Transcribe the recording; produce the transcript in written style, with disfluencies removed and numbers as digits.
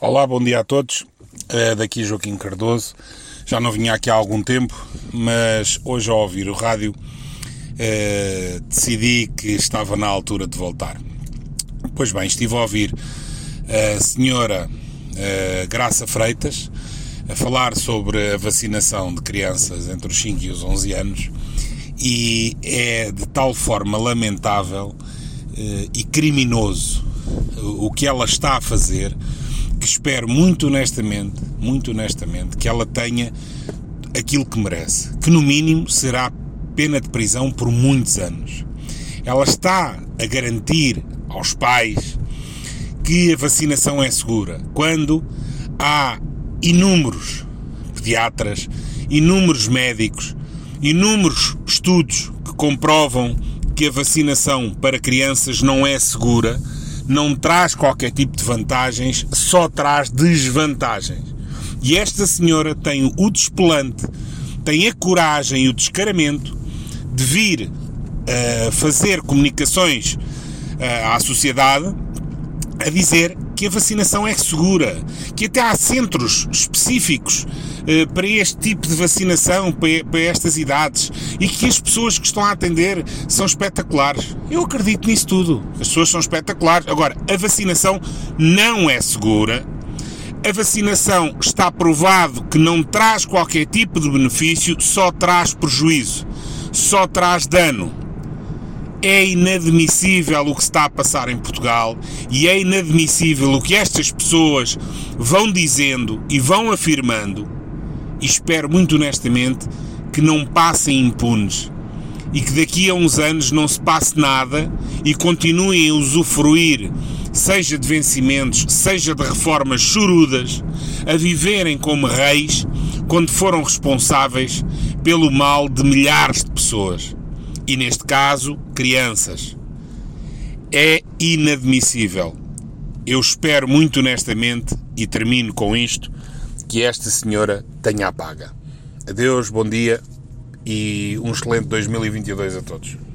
Olá, bom dia a todos. Daqui Joaquim Cardoso. Já não vinha aqui há algum tempo, mas hoje ao ouvir o rádio decidi que estava na altura de voltar. Pois bem, estive a ouvir a senhora Graça Freitas a falar sobre a vacinação de crianças entre os 5 e os 11 anos e é de tal forma lamentável e criminoso o que ela está a fazer, que espero muito honestamente que ela tenha aquilo que merece, que no mínimo será pena de prisão por muitos anos. Ela está a garantir aos pais que a vacinação é segura, quando há inúmeros pediatras, inúmeros médicos, inúmeros estudos que comprovam que a vacinação para crianças não é segura, não traz qualquer tipo de vantagens, só traz desvantagens. E esta senhora tem o desplante, tem a coragem e o descaramento de vir fazer comunicações à sociedade a dizer que a vacinação é segura, que até há centros específicos para este tipo de vacinação, para estas idades, e que as pessoas que estão a atender são espetaculares. Eu acredito nisso tudo. As pessoas são espetaculares. Agora, a vacinação não é segura. A vacinação está provado que não traz qualquer tipo de benefício, só traz prejuízo, só traz dano. É inadmissível o que se está a passar em Portugal e é inadmissível o que estas pessoas vão dizendo e vão afirmando, e espero muito honestamente que não passem impunes e que daqui a uns anos não se passe nada e continuem a usufruir, seja de vencimentos, seja de reformas chorudas, a viverem como reis quando foram responsáveis pelo mal de milhares de pessoas. E neste caso, crianças. É inadmissível. Eu espero muito honestamente, e termino com isto, que esta senhora tenha a paga. Adeus, bom dia e um excelente 2022 a todos.